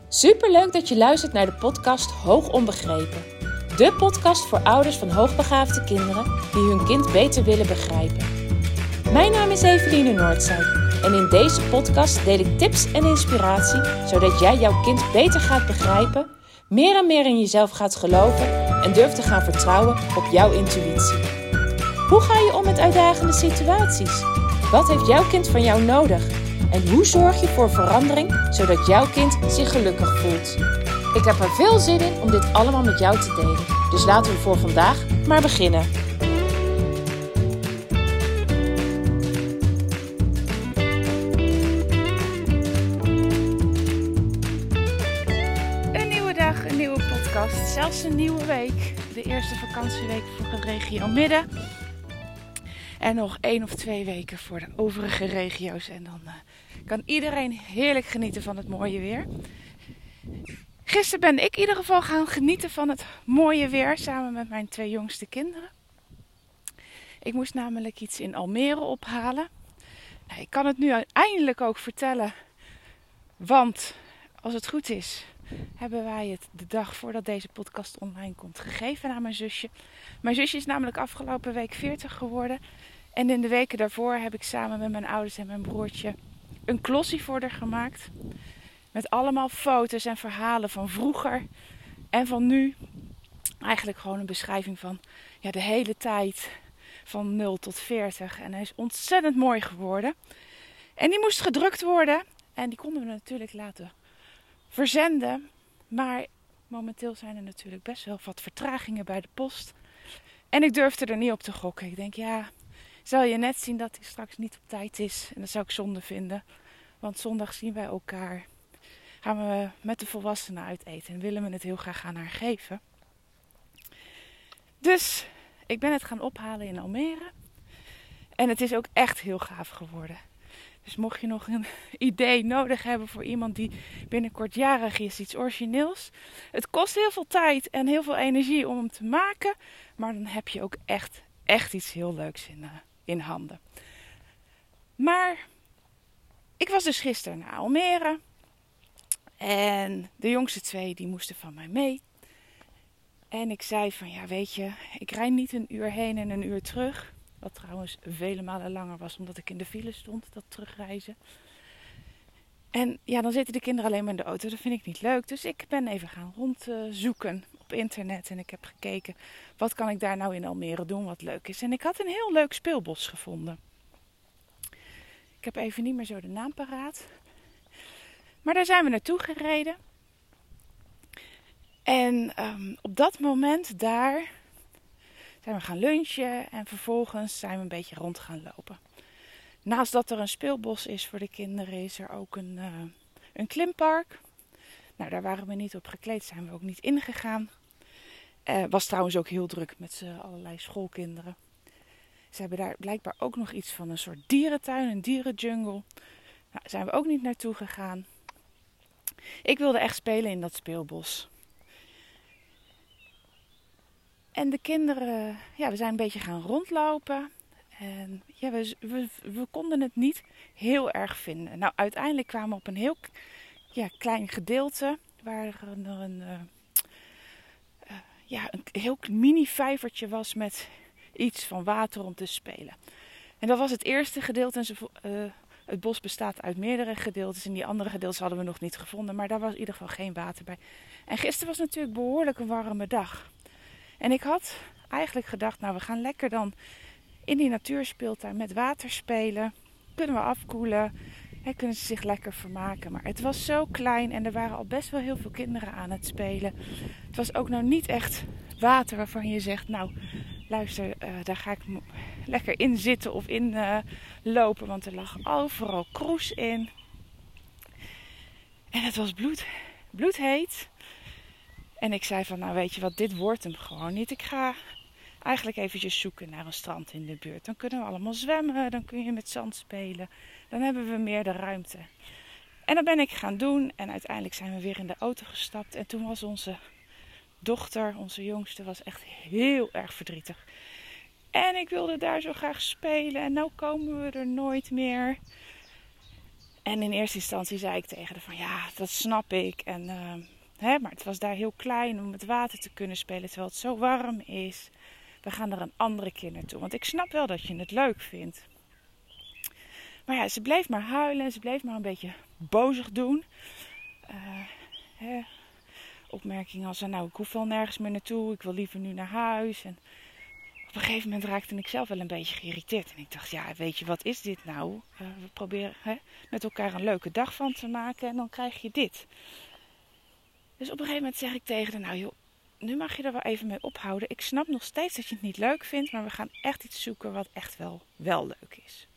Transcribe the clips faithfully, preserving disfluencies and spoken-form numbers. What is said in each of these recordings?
Superleuk dat je luistert naar de podcast Hoog Onbegrepen. De podcast voor ouders van hoogbegaafde kinderen die hun kind beter willen begrijpen. Mijn naam is Eveline Noordzij en in deze podcast deel ik tips en inspiratie zodat jij jouw kind beter gaat begrijpen, meer en meer in jezelf gaat geloven en durft te gaan vertrouwen op jouw intuïtie. Hoe ga je om met uitdagende situaties? Wat heeft jouw kind van jou nodig? En hoe zorg je voor verandering, zodat jouw kind zich gelukkig voelt? Ik heb er veel zin in om dit allemaal met jou te delen. Dus laten we voor vandaag maar beginnen. Een nieuwe dag, een nieuwe podcast, zelfs een nieuwe week. De eerste vakantieweek voor de regio Midden. En nog één of twee weken voor de overige regio's. En dan uh, kan iedereen heerlijk genieten van het mooie weer. Gisteren ben ik in ieder geval gaan genieten van het mooie weer samen met mijn twee jongste kinderen. Ik moest namelijk iets in Almere ophalen. Nou, ik kan het nu eindelijk ook vertellen. Want als het goed is, hebben wij het de dag voordat deze podcast online komt gegeven aan mijn zusje. Mijn zusje is namelijk afgelopen week veertig geworden. En in de weken daarvoor heb ik samen met mijn ouders en mijn broertje een klossie voor haar gemaakt. Met allemaal foto's en verhalen van vroeger en van nu. Eigenlijk gewoon een beschrijving van ja, de hele tijd van nul tot veertig. En hij is ontzettend mooi geworden. En die moest gedrukt worden. En die konden we natuurlijk laten verzenden. Maar momenteel zijn er natuurlijk best wel wat vertragingen bij de post. En ik durfde er niet op te gokken. Ik denk, ja, zal je net zien dat hij straks niet op tijd is. En dat zou ik zonde vinden. Want zondag zien wij elkaar. Gaan we met de volwassenen uit eten. En willen we het heel graag aan haar geven. Dus ik ben het gaan ophalen in Almere. En het is ook echt heel gaaf geworden. Dus mocht je nog een idee nodig hebben voor iemand die binnenkort jarig is, iets origineels. Het kost heel veel tijd en heel veel energie om hem te maken. Maar dan heb je ook echt, echt iets heel leuks in, uh, in handen. Maar ik was dus gisteren naar Almere. En de jongste twee die moesten van mij mee. En ik zei van ja weet je, ik rijd niet een uur heen en een uur terug. Wat trouwens vele malen langer was omdat ik in de file stond, dat terugreizen. En ja, dan zitten de kinderen alleen maar in de auto. Dat vind ik niet leuk. Dus ik ben even gaan rondzoeken op internet. En ik heb gekeken, wat kan ik daar nou in Almere doen wat leuk is. En ik had een heel leuk speelbos gevonden. Ik heb even niet meer zo de naam paraat. Maar daar zijn we naartoe gereden. En um, op dat moment daar zijn we gaan lunchen. En vervolgens zijn we een beetje rond gaan lopen. Naast dat er een speelbos is voor de kinderen, is er ook een, uh, een klimpark. Nou, daar waren we niet op gekleed, zijn we ook niet ingegaan. Uh, was trouwens ook heel druk met uh, allerlei schoolkinderen. Ze hebben daar blijkbaar ook nog iets van een soort dierentuin, een dierenjungle. Nou, daar zijn we ook niet naartoe gegaan. Ik wilde echt spelen in dat speelbos. En de kinderen, ja, we zijn een beetje gaan rondlopen. En ja, we, we, we konden het niet heel erg vinden. Nou, uiteindelijk kwamen we op een heel ja, klein gedeelte. Waar er een, een, uh, uh, ja, een heel mini vijvertje was met iets van water om te spelen. En dat was het eerste gedeelte. En ze, uh, het bos bestaat uit meerdere gedeeltes. En die andere gedeeltes hadden we nog niet gevonden. Maar daar was in ieder geval geen water bij. En gisteren was natuurlijk behoorlijk een warme dag. En ik had eigenlijk gedacht, nou we gaan lekker dan in die natuurspeeltuin met water spelen. Kunnen we afkoelen. En kunnen ze zich lekker vermaken. Maar het was zo klein en er waren al best wel heel veel kinderen aan het spelen. Het was ook nou niet echt water waarvan je zegt, nou luister, uh, daar ga ik m- lekker in zitten of in uh, lopen. Want er lag overal kroes in. En het was bloed, bloedheet. En ik zei van, nou weet je wat, dit wordt hem gewoon niet. Ik ga eigenlijk eventjes zoeken naar een strand in de buurt. Dan kunnen we allemaal zwemmen, dan kun je met zand spelen. Dan hebben we meer de ruimte. En dat ben ik gaan doen. En uiteindelijk zijn we weer in de auto gestapt. En toen was onze dochter, onze jongste, was echt heel erg verdrietig. En ik wilde daar zo graag spelen. En nou komen we er nooit meer. En in eerste instantie zei ik tegen haar van ja, dat snap ik. En, uh, hè, maar het was daar heel klein om met water te kunnen spelen terwijl het zo warm is. We gaan er een andere keer naartoe. Want ik snap wel dat je het leuk vindt. Maar ja, ze bleef maar huilen en ze bleef maar een beetje bozig doen. Uh, hè, opmerkingen als, nou ik hoef wel nergens meer naartoe, ik wil liever nu naar huis. En op een gegeven moment raakte ik zelf wel een beetje geïrriteerd. En ik dacht, ja weet je, wat is dit nou? Uh, we proberen hè, met elkaar een leuke dag van te maken en dan krijg je dit. Dus op een gegeven moment zeg ik tegen haar, nou joh, nu mag je er wel even mee ophouden. Ik snap nog steeds dat je het niet leuk vindt, maar we gaan echt iets zoeken wat echt wel, wel leuk is.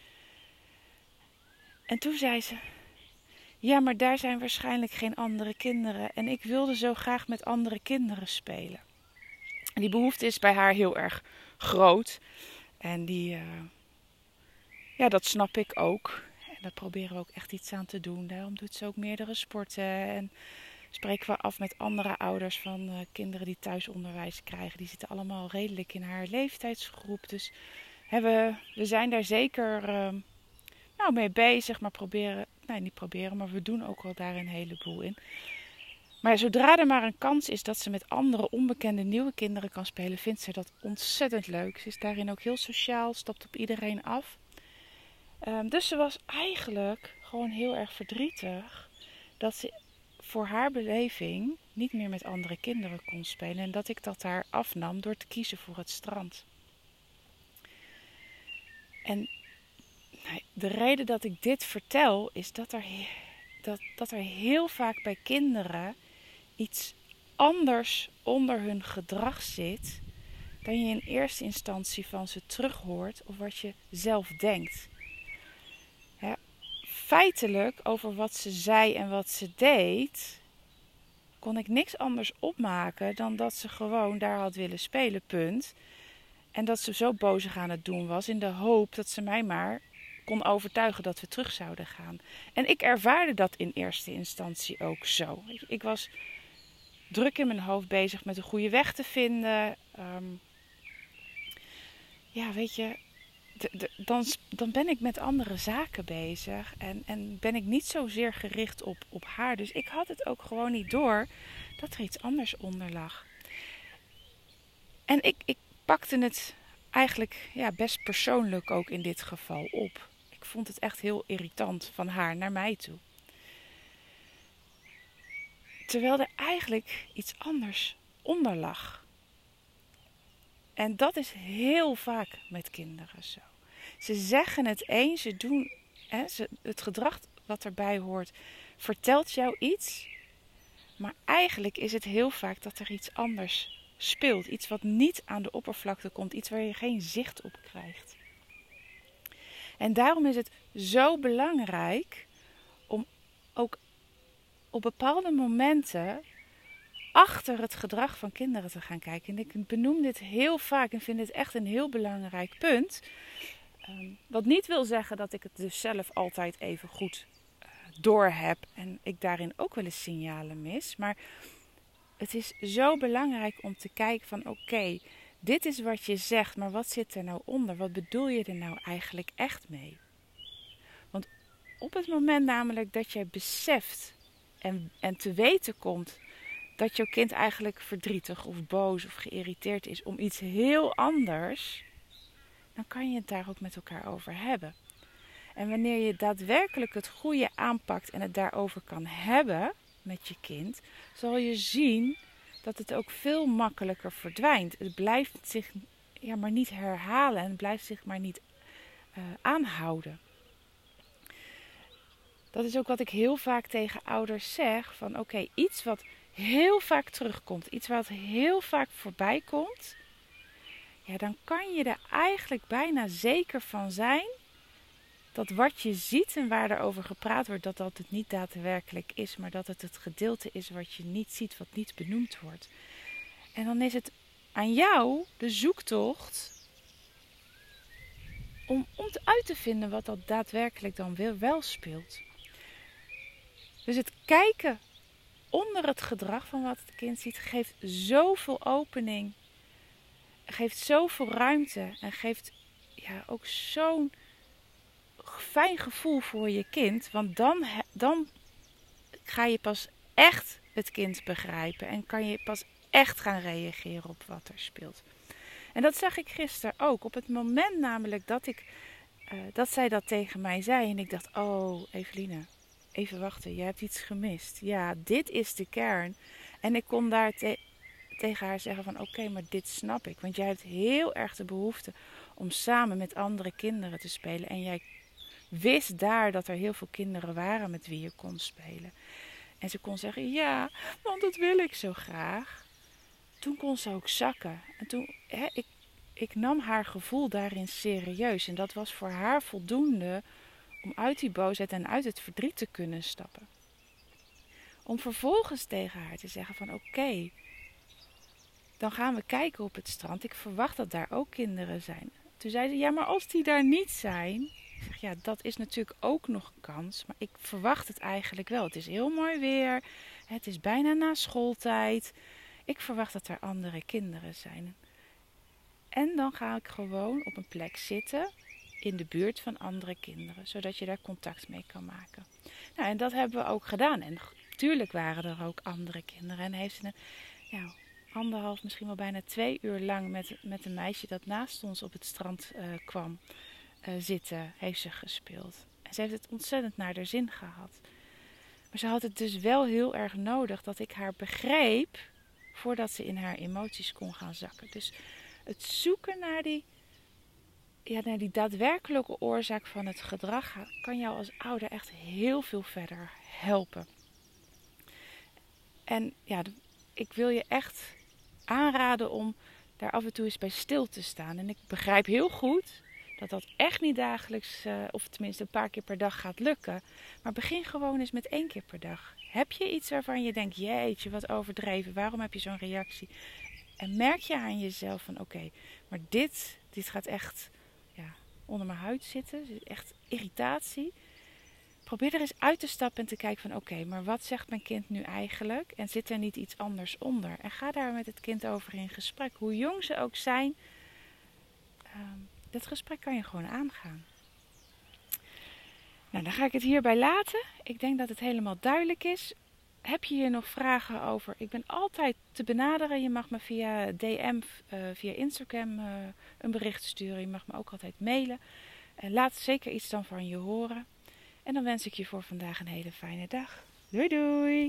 En toen zei ze, ja, maar daar zijn waarschijnlijk geen andere kinderen. En ik wilde zo graag met andere kinderen spelen. En die behoefte is bij haar heel erg groot. En die, uh, ja, dat snap ik ook. En daar proberen we ook echt iets aan te doen. Daarom doet ze ook meerdere sporten. En spreken we af met andere ouders van uh, kinderen die thuisonderwijs krijgen. Die zitten allemaal redelijk in haar leeftijdsgroep. Dus hè, we, we zijn daar zeker uh, nou, mee bezig. Maar proberen, nee niet proberen, maar we doen ook wel daar een heleboel in. Maar zodra er maar een kans is dat ze met andere onbekende nieuwe kinderen kan spelen, vindt ze dat ontzettend leuk. Ze is daarin ook heel sociaal, stapt op iedereen af. Um, dus ze was eigenlijk gewoon heel erg verdrietig dat ze voor haar beleving niet meer met andere kinderen kon spelen. En dat ik dat haar afnam door te kiezen voor het strand. En de reden dat ik dit vertel is dat er, dat, dat er heel vaak bij kinderen iets anders onder hun gedrag zit dan je in eerste instantie van ze terughoort of wat je zelf denkt. Ja, feitelijk over wat ze zei en wat ze deed kon ik niks anders opmaken dan dat ze gewoon daar had willen spelen, punt. En dat ze zo bozig aan het doen was in de hoop dat ze mij maar kon overtuigen dat we terug zouden gaan. En ik ervaarde dat in eerste instantie ook zo. Ik was druk in mijn hoofd bezig met een goede weg te vinden. Um, ja, weet je, de, de, dan, dan ben ik met andere zaken bezig. En, en ben ik niet zozeer gericht op, op haar. Dus ik had het ook gewoon niet door dat er iets anders onder lag. En ik, ik pakte het eigenlijk ja, best persoonlijk ook in dit geval op. Ik vond het echt heel irritant van haar naar mij toe. Terwijl er eigenlijk iets anders onder lag. En dat is heel vaak met kinderen zo. Ze zeggen het een, ze doen hè, ze, het gedrag wat erbij hoort, vertelt jou iets. Maar eigenlijk is het heel vaak dat er iets anders speelt. Iets wat niet aan de oppervlakte komt. Iets waar je geen zicht op krijgt. En daarom is het zo belangrijk om ook op bepaalde momenten achter het gedrag van kinderen te gaan kijken. En ik benoem dit heel vaak en vind dit echt een heel belangrijk punt. Um, wat niet wil zeggen dat ik het dus zelf altijd even goed uh, doorheb. En ik daarin ook wel eens signalen mis. Maar het is zo belangrijk om te kijken van oké, okay, dit is wat je zegt, maar wat zit er nou onder? Wat bedoel je er nou eigenlijk echt mee? Want op het moment namelijk dat jij beseft en, en te weten komt dat jouw kind eigenlijk verdrietig of boos of geïrriteerd is om iets heel anders, dan kan je het daar ook met elkaar over hebben. En wanneer je daadwerkelijk het goede aanpakt en het daarover kan hebben met je kind, zal je zien dat het ook veel makkelijker verdwijnt. Het blijft zich ja, maar niet herhalen en het blijft zich maar niet uh, aanhouden. Dat is ook wat ik heel vaak tegen ouders zeg. Van oké, okay, iets wat heel vaak terugkomt. Iets wat heel vaak voorbij komt. Ja, dan kan je er eigenlijk bijna zeker van zijn dat wat je ziet en waar er over gepraat wordt, dat dat het niet daadwerkelijk is. Maar dat het het gedeelte is wat je niet ziet, wat niet benoemd wordt. En dan is het aan jou de zoektocht om, om uit te vinden wat dat daadwerkelijk dan weer wel speelt. Dus het kijken onder het gedrag van wat het kind ziet geeft zoveel opening. Geeft zoveel ruimte. En geeft ja, ook zo'n fijn gevoel voor je kind. Want dan, dan ga je pas echt het kind begrijpen. En kan je pas echt gaan reageren op wat er speelt. En dat zag ik gisteren ook. Op het moment namelijk dat, ik, uh, dat zij dat tegen mij zei. En ik dacht, oh Eveline, even wachten. Je hebt iets gemist. Ja, dit is de kern. En ik kon daar te- tegen haar zeggen van oké, okay, maar dit snap ik. Want jij hebt heel erg de behoefte om samen met andere kinderen te spelen. En jij wist daar dat er heel veel kinderen waren met wie je kon spelen. En ze kon zeggen, ja, want dat wil ik zo graag. Toen kon ze ook zakken. En toen, hè, ik, ik nam haar gevoel daarin serieus. En dat was voor haar voldoende om uit die boosheid en uit het verdriet te kunnen stappen. Om vervolgens tegen haar te zeggen van oké, okay, dan gaan we kijken op het strand. Ik verwacht dat daar ook kinderen zijn. Toen zei ze, ja, maar als die daar niet zijn. Ik zeg, ja, dat is natuurlijk ook nog een kans. Maar ik verwacht het eigenlijk wel. Het is heel mooi weer. Het is bijna na schooltijd. Ik verwacht dat er andere kinderen zijn. En dan ga ik gewoon op een plek zitten in de buurt van andere kinderen. Zodat je daar contact mee kan maken. Nou, en dat hebben we ook gedaan. En natuurlijk waren er ook andere kinderen. En heeft ze een, ja, anderhalf, misschien wel bijna twee uur lang met, met een meisje dat naast ons op het strand uh, kwam uh, zitten, heeft ze gespeeld. En ze heeft het ontzettend naar haar zin gehad. Maar ze had het dus wel heel erg nodig dat ik haar begreep voordat ze in haar emoties kon gaan zakken. Dus het zoeken naar die, ja, naar die daadwerkelijke oorzaak van het gedrag kan jou als ouder echt heel veel verder helpen. En ja, ik wil je echt aanraden om daar af en toe eens bij stil te staan. En ik begrijp heel goed dat dat echt niet dagelijks, uh, of tenminste een paar keer per dag gaat lukken. Maar begin gewoon eens met één keer per dag. Heb je iets waarvan je denkt, jeetje, wat overdreven, waarom heb je zo'n reactie? En merk je aan jezelf van, oké, okay, maar dit, dit gaat echt ja, onder mijn huid zitten. Dit is echt irritatie. Probeer er eens uit te stappen en te kijken van, oké, okay, maar wat zegt mijn kind nu eigenlijk? En zit er niet iets anders onder? En ga daar met het kind over in gesprek. Hoe jong ze ook zijn, um, dat gesprek kan je gewoon aangaan. Nou, dan ga ik het hierbij laten. Ik denk dat het helemaal duidelijk is. Heb je hier nog vragen over? Ik ben altijd te benaderen. Je mag me via D M, uh, via Instagram uh, een bericht sturen. Je mag me ook altijd mailen. Uh, laat zeker iets dan van je horen. En dan wens ik je voor vandaag een hele fijne dag. Doei doei!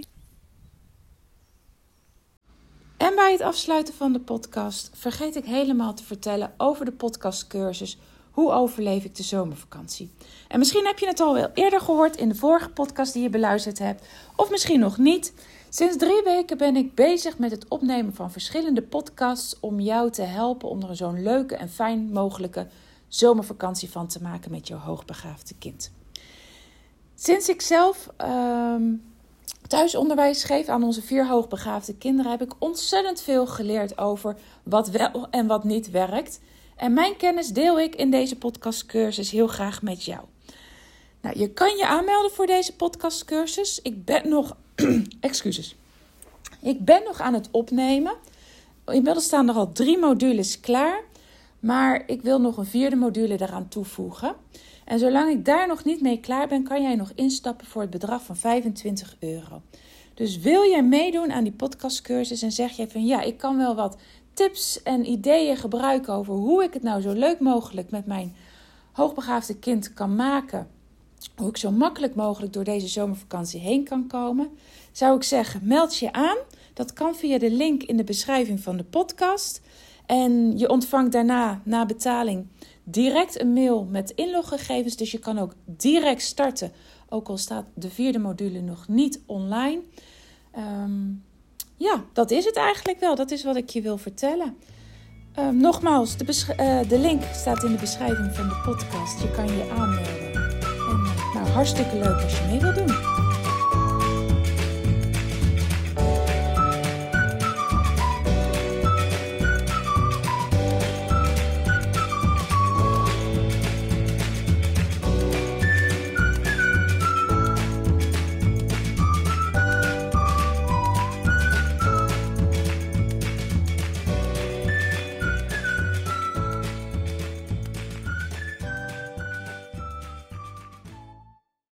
En bij het afsluiten van de podcast vergeet ik helemaal te vertellen over de podcastcursus Hoe overleef ik de zomervakantie? En misschien heb je het al wel eerder gehoord in de vorige podcast die je beluisterd hebt. Of misschien nog niet. Sinds drie weken ben ik bezig met het opnemen van verschillende podcasts om jou te helpen om er zo'n leuke en fijn mogelijke zomervakantie van te maken met jouw hoogbegaafde kind. Sinds ik zelf um, thuisonderwijs geef aan onze vier hoogbegaafde kinderen, heb ik ontzettend veel geleerd over wat wel en wat niet werkt. En mijn kennis deel ik in deze podcastcursus heel graag met jou. Nou, je kan je aanmelden voor deze podcastcursus. Ik ben nog, excuses. Ik ben nog aan het opnemen. Inmiddels staan er al drie modules klaar. Maar ik wil nog een vierde module daaraan toevoegen. En zolang ik daar nog niet mee klaar ben, kan jij nog instappen voor het bedrag van vijfentwintig euro. Dus wil jij meedoen aan die podcastcursus en zeg jij van ja, ik kan wel wat tips en ideeën gebruiken over hoe ik het nou zo leuk mogelijk met mijn hoogbegaafde kind kan maken. Hoe ik zo makkelijk mogelijk door deze zomervakantie heen kan komen. Zou ik zeggen, meld je aan. Dat kan via de link in de beschrijving van de podcast. En je ontvangt daarna, na betaling, direct een mail met inloggegevens. Dus je kan ook direct starten. Ook al staat de vierde module nog niet online. Um, ja, dat is het eigenlijk wel. Dat is wat ik je wil vertellen. Um, nogmaals, de, besch- uh, de link staat in de beschrijving van de podcast. Je kan je aanmelden. En uh, nou, hartstikke leuk als je mee wilt doen.